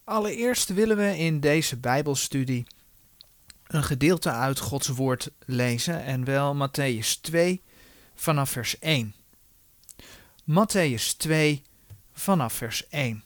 Allereerst willen we in deze Bijbelstudie een gedeelte uit Gods woord lezen en wel Mattheüs 2 vanaf vers 1. Mattheüs 2 vanaf vers 1.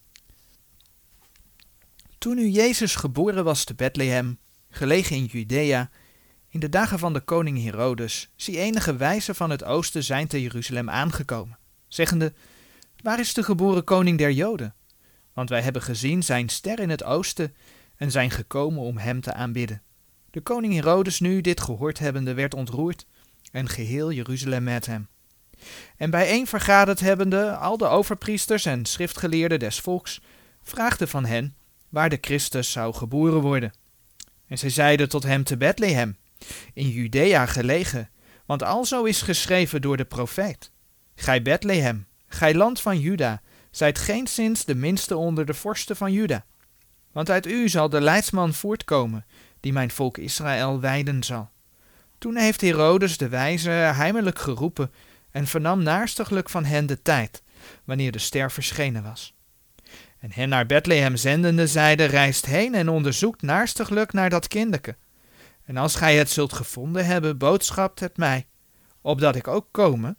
Toen nu Jezus geboren was te Bethlehem, gelegen in Judea, in de dagen van de koning Herodes, zie enige wijzen van het oosten zijn te Jeruzalem aangekomen, zeggende: Waar is de geboren koning der Joden? Want wij hebben gezien zijn ster in het oosten en zijn gekomen om hem te aanbidden. De koning Herodes nu dit gehoord hebbende werd ontroerd en geheel Jeruzalem met hem. En bijeen vergaderd hebbende al de overpriesters en schriftgeleerden des volks, vraagden van hen waar de Christus zou geboren worden. En zij zeiden tot hem te Bethlehem, in Judea gelegen, want alzo is geschreven door de profeet: Gij Bethlehem, gij land van Juda, zijt geenszins de minste onder de vorsten van Juda. Want uit u zal de leidsman voortkomen, die mijn volk Israël wijden zal. Toen heeft Herodes de wijze heimelijk geroepen en vernam naarstiglijk van hen de tijd, wanneer de ster verschenen was. En hen naar Bethlehem zendende zeide: Reist heen en onderzoekt naarstiglijk naar dat kindeke. En als gij het zult gevonden hebben, boodschapt het mij, opdat ik ook komen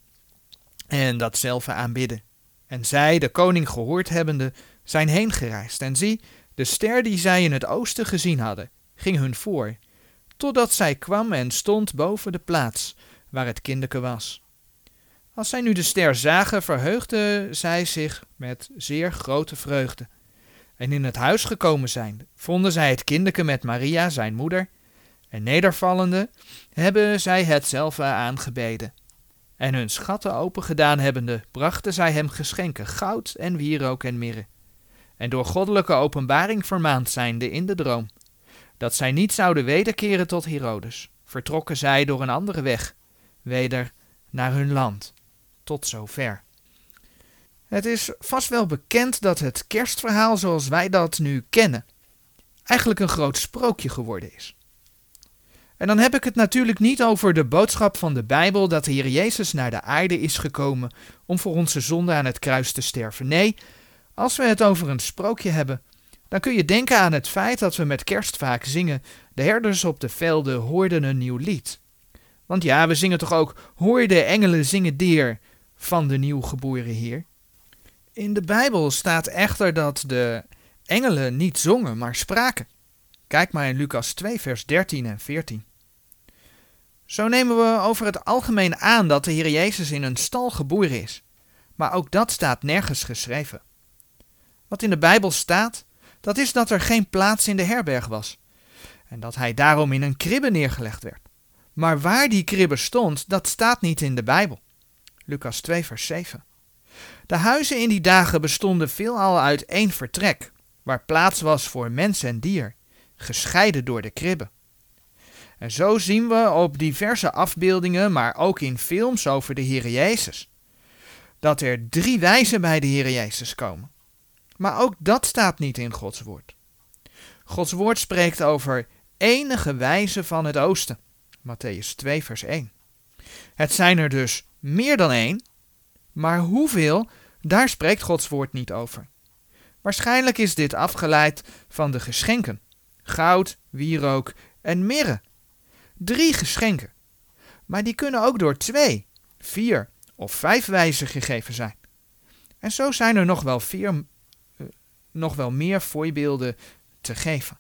en datzelfde aanbidden. En zij, de koning gehoord hebbende, zijn heen gereisd. En zie, de ster die zij in het oosten gezien hadden, ging hun voor, totdat zij kwam en stond boven de plaats waar het kindeke was. Als zij nu de ster zagen, verheugden zij zich met zeer grote vreugde. En in het huis gekomen zijnde, vonden zij het kindeke met Maria, zijn moeder, en nedervallende hebben zij hetzelfde aangebeden. En hun schatten opengedaan hebbende, brachten zij hem geschenken, goud en wierook en mirre. En door goddelijke openbaring vermaand zijnde in de droom, dat zij niet zouden wederkeren tot Herodes, vertrokken zij door een andere weg, weder naar hun land. Tot zover. Het is vast wel bekend dat het kerstverhaal zoals wij dat nu kennen, eigenlijk een groot sprookje geworden is. En dan heb ik het natuurlijk niet over de boodschap van de Bijbel dat de Heer Jezus naar de aarde is gekomen om voor onze zonde aan het kruis te sterven. Nee, als we het over een sprookje hebben, dan kun je denken aan het feit dat we met kerst vaak zingen: De herders op de velden hoorden een nieuw lied. Want ja, we zingen toch ook: Hoor de engelen zingen deer van de nieuwgeboren Heer. In de Bijbel staat echter dat de engelen niet zongen, maar spraken. Kijk maar in Lucas 2 vers 13 en 14. Zo nemen we over het algemeen aan dat de Heer Jezus in een stal geboren is. Maar ook dat staat nergens geschreven. Wat in de Bijbel staat, dat is dat er geen plaats in de herberg was. En dat hij daarom in een kribbe neergelegd werd. Maar waar die kribbe stond, dat staat niet in de Bijbel. Lucas 2 vers 7. De huizen in die dagen bestonden veelal uit één vertrek, waar plaats was voor mens en dier, gescheiden door de kribbe. En zo zien we op diverse afbeeldingen, maar ook in films over de Heer Jezus, dat er 3 wijzen bij de Heer Jezus komen. Maar ook dat staat niet in Gods woord. Gods woord spreekt over enige wijzen van het oosten. Mattheüs 2 vers 1. Het zijn er dus meer dan 1, maar hoeveel, daar spreekt Gods woord niet over. Waarschijnlijk is dit afgeleid van de geschenken: goud, wierook en mirre. 3 geschenken. Maar die kunnen ook door 2, 4 of 5 wijzen gegeven zijn. En zo zijn er nog wel meer voorbeelden te geven.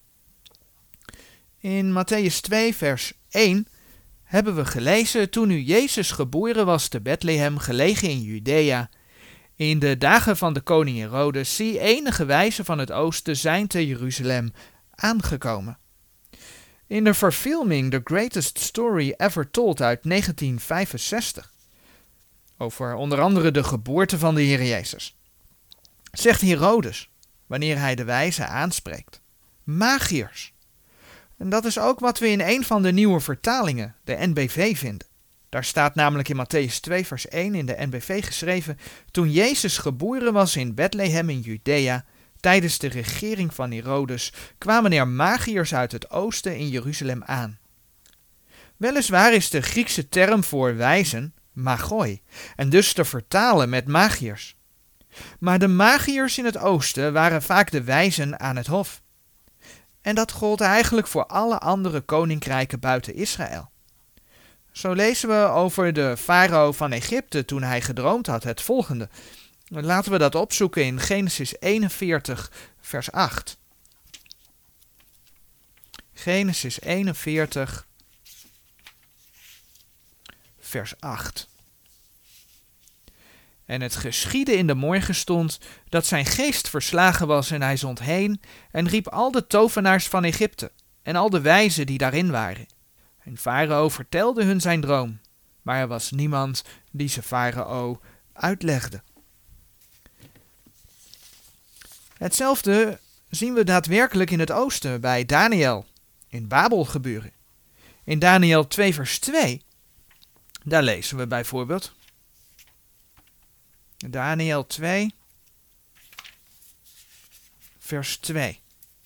In Mattheüs 2 vers 1 hebben we gelezen: Toen nu Jezus geboren was te Bethlehem, gelegen in Judea, in de dagen van de koning Herodes, zie enige wijzen van het oosten zijn te Jeruzalem aangekomen. In de verfilming The Greatest Story Ever Told uit 1965, over onder andere de geboorte van de Heer Jezus, zegt Herodes, wanneer hij de wijzen aanspreekt: magiërs. En dat is ook wat we in een van de nieuwe vertalingen, de NBV, vinden. Daar staat namelijk in Mattheüs 2 vers 1 in de NBV geschreven: Toen Jezus geboren was in Bethlehem in Judea, tijdens de regering van Herodes, kwamen er magiërs uit het oosten in Jeruzalem aan. Weliswaar is de Griekse term voor wijzen magoi, en dus te vertalen met magiërs. Maar de magiërs in het oosten waren vaak de wijzen aan het hof. En dat gold eigenlijk voor alle andere koninkrijken buiten Israël. Zo lezen we over de farao van Egypte toen hij gedroomd had het volgende. Laten we dat opzoeken in Genesis 41 vers 8. Genesis 41 vers 8. En het geschiedde in de morgenstond dat zijn geest verslagen was en hij zond heen en riep al de tovenaars van Egypte en al de wijzen die daarin waren. En farao vertelde hun zijn droom, maar er was niemand die ze farao uitlegde. Hetzelfde zien we daadwerkelijk in het oosten bij Daniel in Babel gebeuren. In Daniel 2 vers 2, daar lezen we bijvoorbeeld. Daniel 2 vers 2.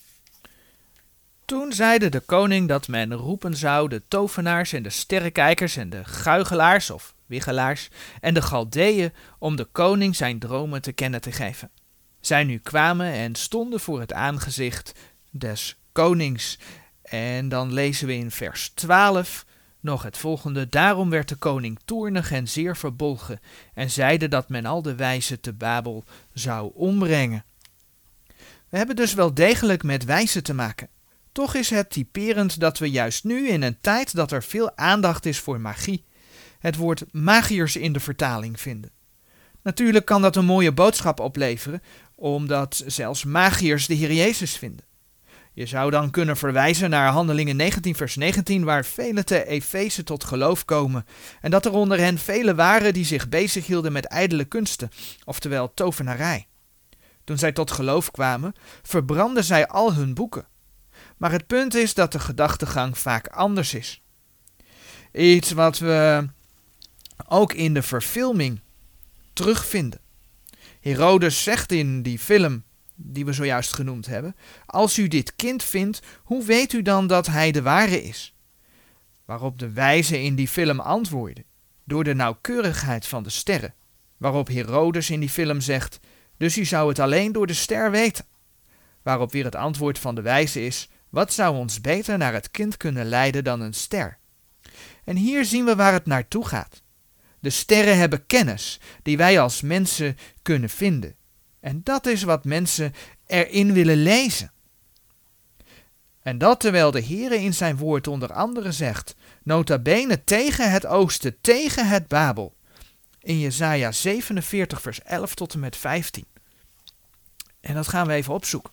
Toen zeide de koning dat men roepen zou de tovenaars en de sterrenkijkers en de guichelaars of wiggelaars en de Galdeeën om de koning zijn dromen te kennen te geven. Zij nu kwamen en stonden voor het aangezicht des konings. En dan lezen we in vers 12 nog het volgende. Daarom werd de koning toornig en zeer verbolgen en zeide dat men al de wijzen te Babel zou ombrengen. We hebben dus wel degelijk met wijzen te maken. Toch is het typerend dat we juist nu in een tijd dat er veel aandacht is voor magie, het woord magiërs in de vertaling vinden. Natuurlijk kan dat een mooie boodschap opleveren, omdat zelfs magiërs de Heer Jezus vinden. Je zou dan kunnen verwijzen naar Handelingen 19 vers 19, waar velen te Efeze tot geloof komen, en dat er onder hen velen waren die zich bezighielden met ijdele kunsten, oftewel tovenarij. Toen zij tot geloof kwamen, verbrandden zij al hun boeken. Maar het punt is dat de gedachtegang vaak anders is. Iets wat we ook in de verfilming terugvinden. Herodes zegt in die film die we zojuist genoemd hebben: als u dit kind vindt, hoe weet u dan dat hij de ware is? Waarop de wijzen in die film antwoorden: door de nauwkeurigheid van de sterren. Waarop Herodes in die film zegt: dus u zou het alleen door de ster weten. Waarop weer het antwoord van de wijze is: wat zou ons beter naar het kind kunnen leiden dan een ster? En hier zien we waar het naartoe gaat. De sterren hebben kennis die wij als mensen kunnen vinden. En dat is wat mensen erin willen lezen. En dat terwijl de Heere in zijn woord onder andere zegt, nota bene tegen het oosten, tegen het Babel. In Jesaja 47 vers 11 tot en met 15. En dat gaan we even opzoeken.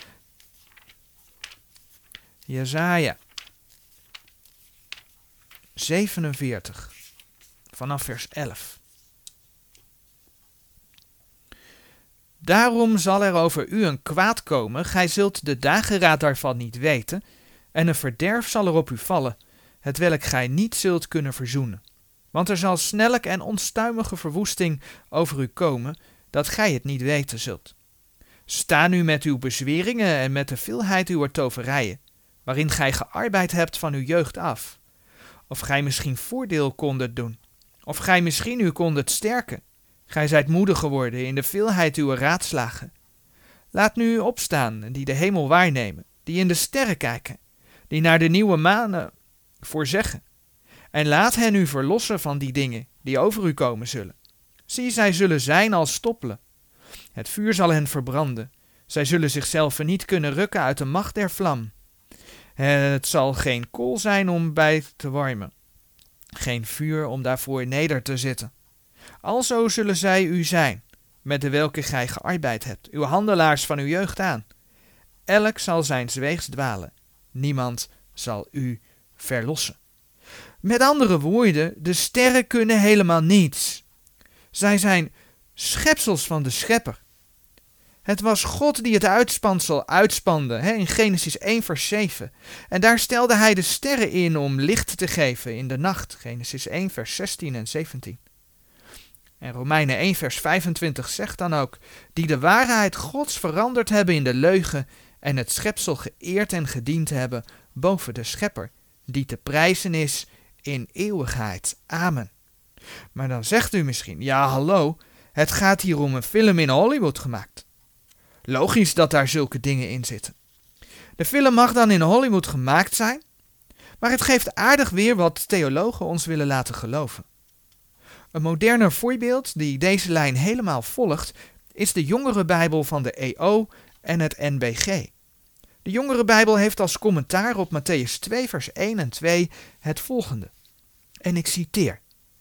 Jesaja 47 vanaf vers 11. Daarom zal er over u een kwaad komen, gij zult de dageraad daarvan niet weten, en een verderf zal er op u vallen, hetwelk gij niet zult kunnen verzoenen. Want er zal snellijk en onstuimige verwoesting over u komen, dat gij het niet weten zult. Sta nu met uw bezweringen en met de veelheid uwer toverijen, waarin gij gearbeid hebt van uw jeugd af. Of gij misschien voordeel kondet doen, of gij misschien u kondet sterken. Gij zijt moedig geworden in de veelheid uw raadslagen. Laat nu opstaan die de hemel waarnemen, die in de sterren kijken, die naar de nieuwe manen voorzeggen. En laat hen u verlossen van die dingen die over u komen zullen. Zie, zij zullen zijn als stoppelen. Het vuur zal hen verbranden. Zij zullen zichzelf niet kunnen rukken uit de macht der vlam. Het zal geen kool zijn om bij te warmen, geen vuur om daarvoor neder te zitten. Alzo zullen zij u zijn, met de welke gij gearbeid hebt, uw handelaars van uw jeugd aan. Elk zal zijns weegs dwalen, niemand zal u verlossen. Met andere woorden, de sterren kunnen helemaal niets. Zij zijn schepsels van de schepper. Het was God die het uitspansel uitspande, in Genesis 1 vers 7. En daar stelde hij de sterren in om licht te geven in de nacht, Genesis 1 vers 16 en 17. En Romeinen 1 vers 25 zegt dan ook, die de waarheid Gods veranderd hebben in de leugen en het schepsel geëerd en gediend hebben boven de schepper, die te prijzen is in eeuwigheid. Amen. Maar dan zegt u misschien, ja hallo, Het gaat hier om een film in Hollywood gemaakt. Logisch dat daar zulke dingen in zitten. De film mag dan in Hollywood gemaakt zijn, maar het geeft aardig weer wat theologen ons willen laten geloven. Een moderner voorbeeld die deze lijn helemaal volgt, is de Jongerenbijbel van de EO en het NBG. De Jongerenbijbel heeft als commentaar op Mattheüs 2 vers 1 en 2 het volgende. En ik citeer.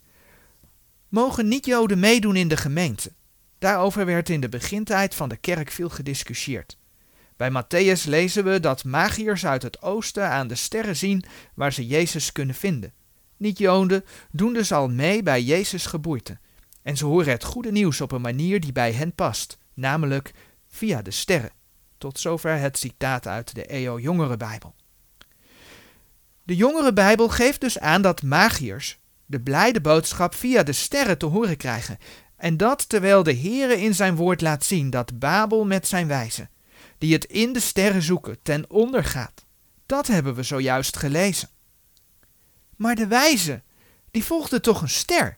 Mogen niet-Joden meedoen in de gemeente? Daarover werd in de begintijd van de kerk veel gediscussieerd. Bij Matthäus lezen we dat magiërs uit het oosten aan de sterren zien waar ze Jezus kunnen vinden. Niet-Joden doen dus al mee bij Jezus' geboorte. En ze horen het goede nieuws op een manier die bij hen past, namelijk via de sterren. Tot zover het citaat uit de EO Jongerenbijbel. De Jongerenbijbel geeft dus aan dat magiërs de blijde boodschap via de sterren te horen krijgen. En dat terwijl de Heere in zijn woord laat zien dat Babel met zijn wijzen, die het in de sterren zoeken, ten onder gaat. Dat hebben we zojuist gelezen. Maar de wijze, die volgde toch een ster?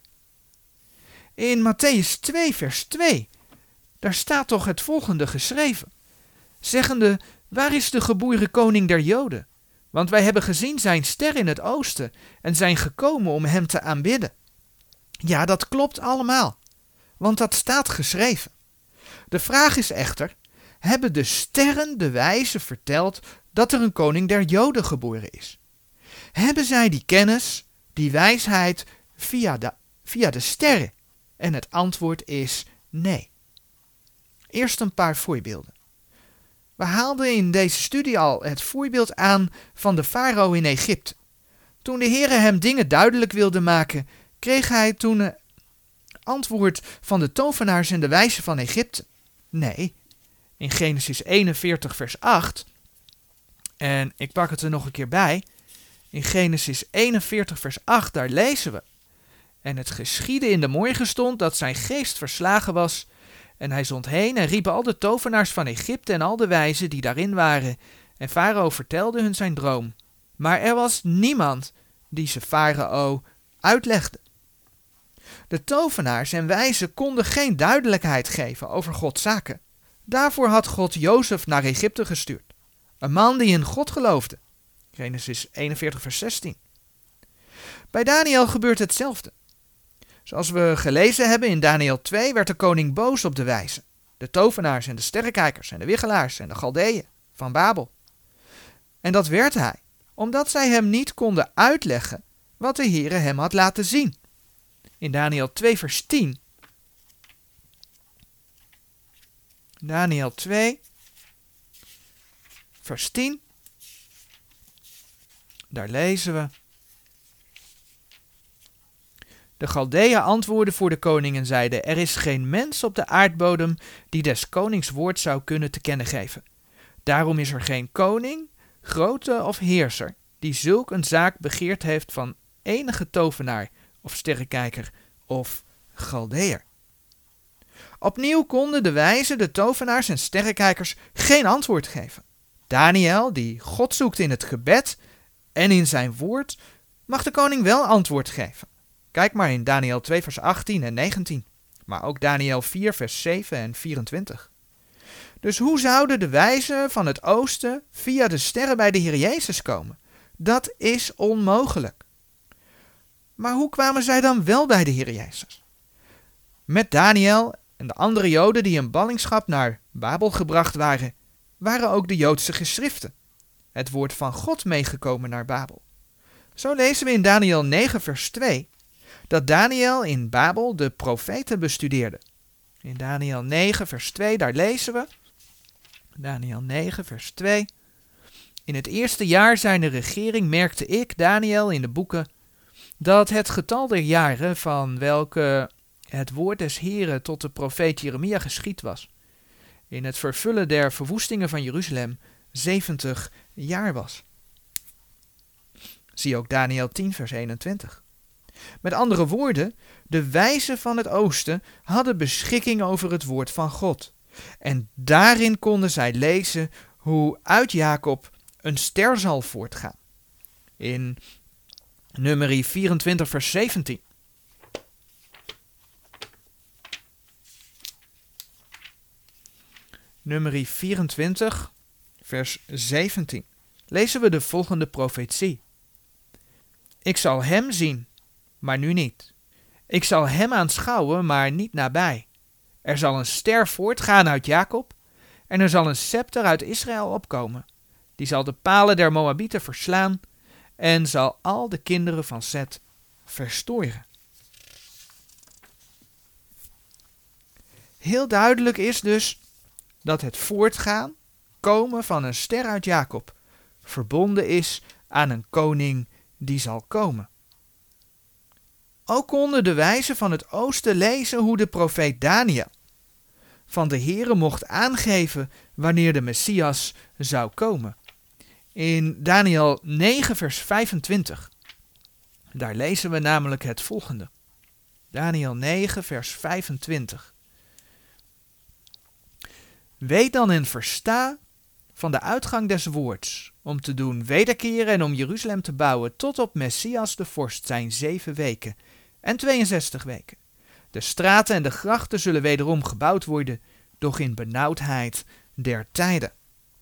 In Matthäus 2 vers 2, daar staat toch het volgende geschreven. Zeggende, waar is de geboren koning der Joden? Want wij hebben gezien zijn ster in het oosten en zijn gekomen om hem te aanbidden. Ja, dat klopt allemaal, want dat staat geschreven. De vraag is echter, hebben de sterren de wijzen verteld dat er een koning der Joden geboren is? Hebben zij die kennis, die wijsheid via de sterren? En het antwoord is nee. Eerst een paar voorbeelden. We haalden in deze studie al het voorbeeld aan van de farao in Egypte. Toen de Heere hem dingen duidelijk wilde maken, kreeg hij toen een antwoord van de tovenaars en de wijzen van Egypte. Nee, in Genesis 41 vers 8, en ik pak het er nog een keer bij, in Genesis 41 vers 8, daar lezen we. En het geschiedde in de morgenstond dat zijn geest verslagen was, en hij zond heen en riep al de tovenaars van Egypte en al de wijzen die daarin waren. En farao vertelde hun zijn droom. Maar er was niemand die ze farao uitlegde. De tovenaars en wijzen konden geen duidelijkheid geven over Gods zaken. Daarvoor had God Jozef naar Egypte gestuurd. Een man die in God geloofde. Genesis 41 vers 16. Bij Daniel gebeurt hetzelfde. Zoals we gelezen hebben in Daniel 2 werd de koning boos op de wijzen, de tovenaars en de sterrenkijkers en de wichelaars en de Galdeeën van Babel. En dat werd hij, omdat zij hem niet konden uitleggen wat de Heere hem had laten zien. In Daniel 2 vers 10. Daniel 2 vers 10. Daar lezen we. De Galdeeën antwoordden voor de koning en zeiden, er is geen mens op de aardbodem die des konings woord zou kunnen te kennen geven. Daarom is er geen koning, grote of heerser, die zulk een zaak begeerd heeft van enige tovenaar of sterrenkijker of Galdeër. Opnieuw konden de wijzen, de tovenaars en sterrenkijkers geen antwoord geven. Daniel, die God zoekt in het gebed en in zijn woord, mag de koning wel antwoord geven. Kijk maar in Daniel 2 vers 18 en 19, maar ook Daniel 4 vers 7 en 24. Dus hoe zouden de wijzen van het oosten via de sterren bij de Heer Jezus komen? Dat is onmogelijk. Maar hoe kwamen zij dan wel bij de Heer Jezus? Met Daniel en de andere Joden die in ballingschap naar Babel gebracht waren, waren ook de Joodse geschriften, het woord van God, meegekomen naar Babel. Zo lezen we in Daniel 9 vers 2 dat Daniel in Babel de profeten bestudeerde. In Daniel 9 vers 2, daar lezen we. Daniel 9 vers 2. In het eerste jaar zijner regering merkte ik, Daniel, in de boeken, dat het getal der jaren van welke het woord des Heren tot de profeet Jeremia geschied was, in het vervullen der verwoestingen van Jeruzalem 70 jaar was. Zie ook Daniel 10 vers 21. Met andere woorden, de wijzen van het oosten hadden beschikking over het woord van God. En daarin konden zij lezen hoe uit Jacob een ster zal voortgaan. In Numeri 24 vers 17. Numeri 24, vers 17, lezen we de volgende profetie. Ik zal hem zien, maar nu niet. Ik zal hem aanschouwen, maar niet nabij. Er zal een ster voortgaan uit Jacob, en er zal een scepter uit Israël opkomen. Die zal de palen der Moabieten verslaan, en zal al de kinderen van Set verstoren. Heel duidelijk is dus dat het voortgaan, komen van een ster uit Jacob, verbonden is aan een koning die zal komen. Ook konden de wijzen van het oosten lezen hoe de profeet Daniel van de Heere mocht aangeven wanneer de Messias zou komen. In Daniel 9 vers 25, daar lezen we namelijk het volgende. Daniel 9 vers 25. Weet dan en versta van de uitgang des woords, om te doen wederkeren en om Jeruzalem te bouwen, tot op Messias de vorst zijn 7 weken en 62 weken. De straten en de grachten zullen wederom gebouwd worden, doch in benauwdheid der tijden.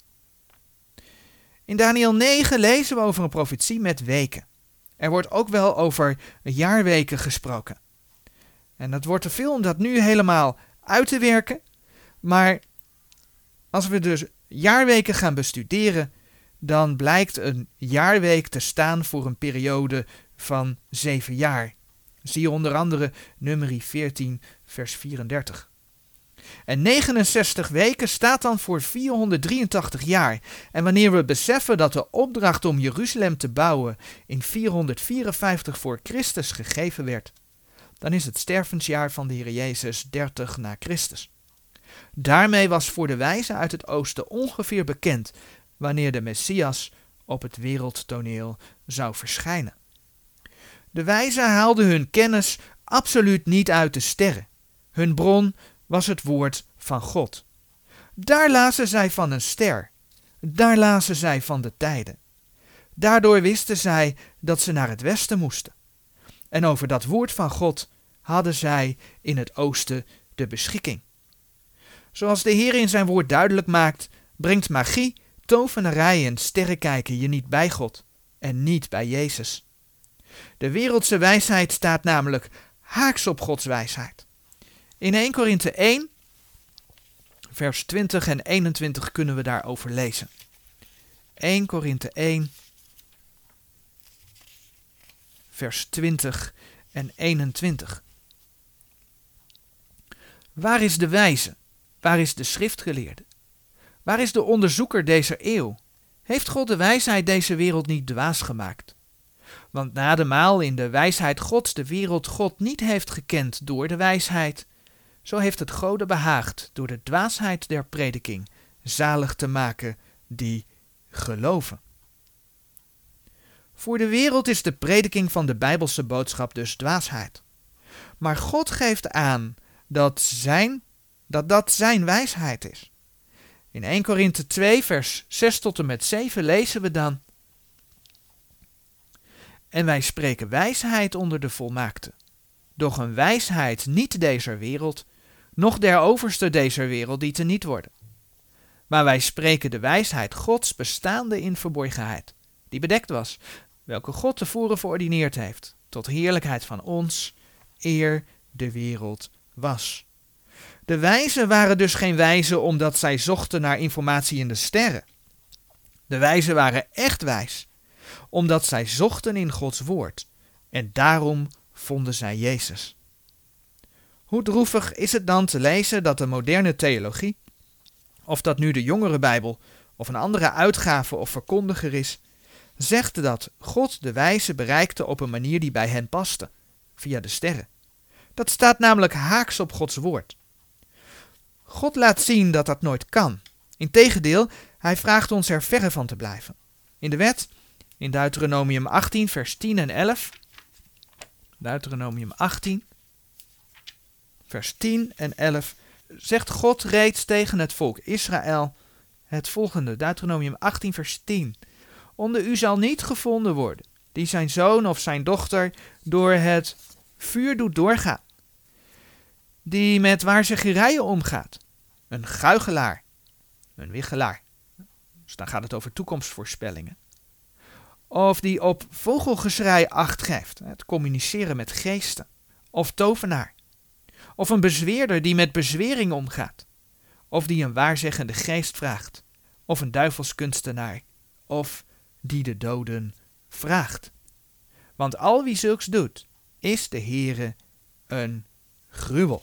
In Daniel 9 lezen we over een profetie met weken. Er wordt ook wel over jaarweken gesproken. En dat wordt te veel om dat nu helemaal uit te werken, maar als we dus jaarweken gaan bestuderen, dan blijkt een jaarweek te staan voor een periode van 7 jaar. Zie je onder andere Numeri 14 vers 34. En 69 weken staat dan voor 483 jaar. En wanneer we beseffen dat de opdracht om Jeruzalem te bouwen in 454 voor Christus gegeven werd, dan is het stervensjaar van de Heer Jezus 30 na Christus. Daarmee was voor de wijzen uit het oosten ongeveer bekend wanneer de Messias op het wereldtoneel zou verschijnen. De wijzen haalden hun kennis absoluut niet uit de sterren. Hun bron was het woord van God. Daar lazen zij van een ster. Daar lazen zij van de tijden. Daardoor wisten zij dat ze naar het westen moesten. En over dat woord van God hadden zij in het oosten de beschikking. Zoals de Heer in zijn woord duidelijk maakt, brengt magie, tovenarij en sterrenkijken je niet bij God en niet bij Jezus. De wereldse wijsheid staat namelijk haaks op Gods wijsheid. In 1 Korinthe 1, vers 20 en 21 kunnen we daarover lezen. 1 Korinthe 1, vers 20 en 21. Waar is de wijze? Waar is de schriftgeleerde? Waar is de onderzoeker deze eeuw? Heeft God de wijsheid deze wereld niet dwaas gemaakt? Want na de maal in de wijsheid Gods de wereld God niet heeft gekend door de wijsheid, zo heeft het Gode behaagd door de dwaasheid der prediking zalig te maken die geloven. Voor de wereld is de prediking van de Bijbelse boodschap dus dwaasheid. Maar God geeft aan dat zijn wijsheid is. In 1 Korinthe 2 vers 6 tot en met 7 lezen we dan: En wij spreken wijsheid onder de volmaakten, doch een wijsheid niet dezer wereld, noch der overste dezer wereld die teniet worden. Maar wij spreken de wijsheid Gods bestaande in verborgenheid, die bedekt was, welke God tevoren verordineerd heeft, tot heerlijkheid van ons, eer de wereld was. De wijzen waren dus geen wijzen omdat zij zochten naar informatie in de sterren. De wijzen waren echt wijs, omdat zij zochten in Gods woord. En daarom vonden zij Jezus. Hoe droevig is het dan te lezen dat de moderne theologie, of dat nu de jongere Bijbel of een andere uitgave of verkondiger is, zegt dat God de wijzen bereikte op een manier die bij hen paste, via de sterren. Dat staat namelijk haaks op Gods woord. God laat zien dat dat nooit kan. Integendeel, hij vraagt ons er verre van te blijven. In de wet, in Deuteronomium 18 vers 10 en 11, Deuteronomium 18 vers 10 en 11, zegt God reeds tegen het volk Israël het volgende, Deuteronomium 18 vers 10. Onder u zal niet gevonden worden, die zijn zoon of zijn dochter door het vuur doet doorgaan, die met waarzegerijen omgaat, een guichelaar, een wichelaar. Dus dan gaat het over toekomstvoorspellingen. Of die op vogelgeschrei acht geeft, het communiceren met geesten. Of tovenaar. Of een bezweerder die met bezwering omgaat. Of die een waarzeggende geest vraagt. Of een duivelskunstenaar. Of die de doden vraagt. Want al wie zulks doet, is de Heere een gruwel.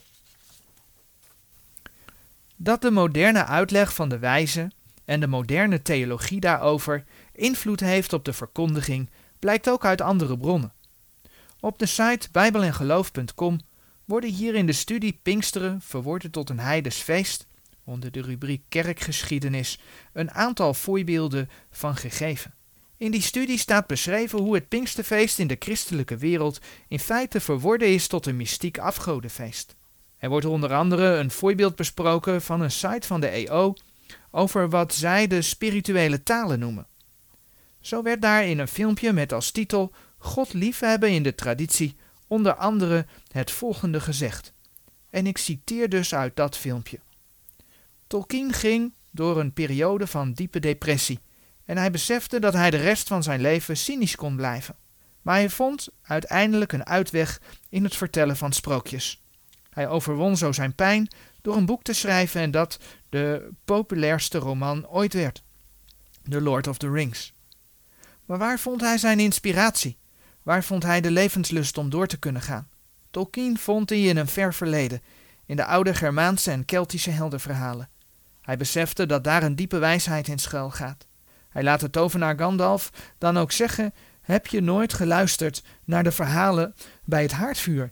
Dat de moderne uitleg van de wijze en de moderne theologie daarover invloed heeft op de verkondiging, blijkt ook uit andere bronnen. Op de site bijbelengeloof.com worden hier in de studie Pinksteren, verworden tot een heidens feest, onder de rubriek kerkgeschiedenis, een aantal voorbeelden van gegeven. In die studie staat beschreven hoe het Pinksterfeest in de christelijke wereld in feite verworden is tot een mystiek afgodenfeest. Er wordt onder andere een voorbeeld besproken van een site van de EO over wat zij de spirituele talen noemen. Zo werd daar in een filmpje met als titel God liefhebben in de traditie onder andere het volgende gezegd. En ik citeer dus uit dat filmpje. Tolkien ging door een periode van diepe depressie en hij besefte dat hij de rest van zijn leven cynisch kon blijven. Maar hij vond uiteindelijk een uitweg in het vertellen van sprookjes. Hij overwon zo zijn pijn door een boek te schrijven en dat de populairste roman ooit werd, The Lord of the Rings. Maar waar vond hij zijn inspiratie? Waar vond hij de levenslust om door te kunnen gaan? Tolkien vond die in een ver verleden, in de oude Germaanse en Keltische heldenverhalen. Hij besefte dat daar een diepe wijsheid in schuil gaat. Hij laat de tovenaar Gandalf dan ook zeggen: heb je nooit geluisterd naar de verhalen bij het haardvuur?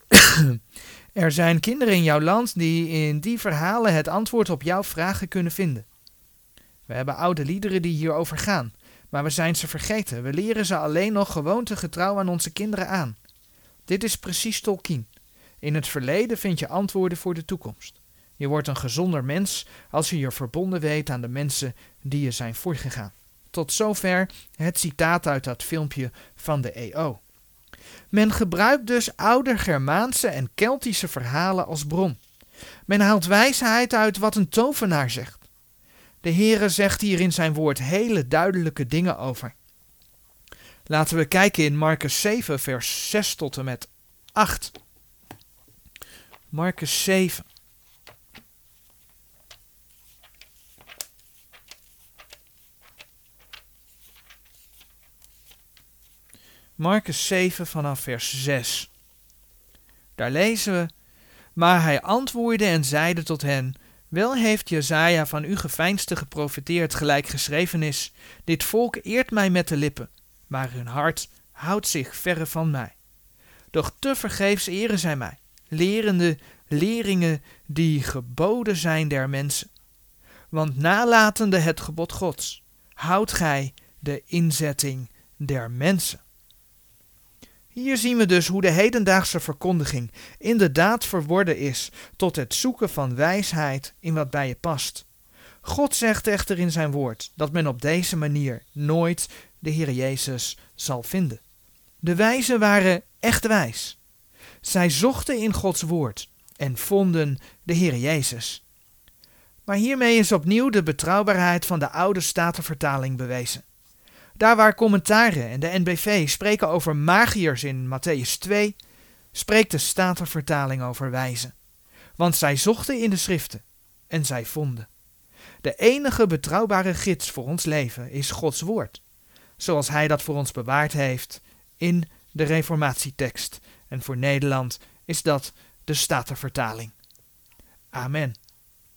Er zijn kinderen in jouw land die in die verhalen het antwoord op jouw vragen kunnen vinden. We hebben oude liederen die hierover gaan, maar we zijn ze vergeten. We leren ze alleen nog gewoontegetrouw aan onze kinderen aan. Dit is precies Tolkien. In het verleden vind je antwoorden voor de toekomst. Je wordt een gezonder mens als je je verbonden weet aan de mensen die je zijn voorgegaan. Tot zover het citaat uit dat filmpje van de EO. Men gebruikt dus oude Germaanse en Keltische verhalen als bron. Men haalt wijsheid uit wat een tovenaar zegt. De Heere zegt hier in zijn woord hele duidelijke dingen over. Laten we kijken in Markus 7 vers 6 tot en met 8. Markus 7. Markus 7 vanaf vers 6. Daar lezen we: Maar hij antwoordde en zeide tot hen: Wel heeft Jesaja van u geveinsde geprofeteerd, gelijk geschreven is: Dit volk eert mij met de lippen, maar hun hart houdt zich verre van mij. Doch tevergeefs eren zij mij, lerende leringen die geboden zijn der mensen. Want nalatende het gebod Gods, houdt gij de inzetting der mensen. Hier zien we dus hoe de hedendaagse verkondiging inderdaad verworden is tot het zoeken van wijsheid in wat bij je past. God zegt echter in zijn woord dat men op deze manier nooit de Heer Jezus zal vinden. De wijzen waren echt wijs. Zij zochten in Gods woord en vonden de Heer Jezus. Maar hiermee is opnieuw de betrouwbaarheid van de oude Statenvertaling bewezen. Daar waar commentaren en de NBV spreken over magiërs in Mattheüs 2, spreekt de Statenvertaling over wijzen. Want zij zochten in de schriften en zij vonden. De enige betrouwbare gids voor ons leven is Gods woord, zoals hij dat voor ons bewaard heeft in de Reformatietekst. En voor Nederland is dat de Statenvertaling. Amen.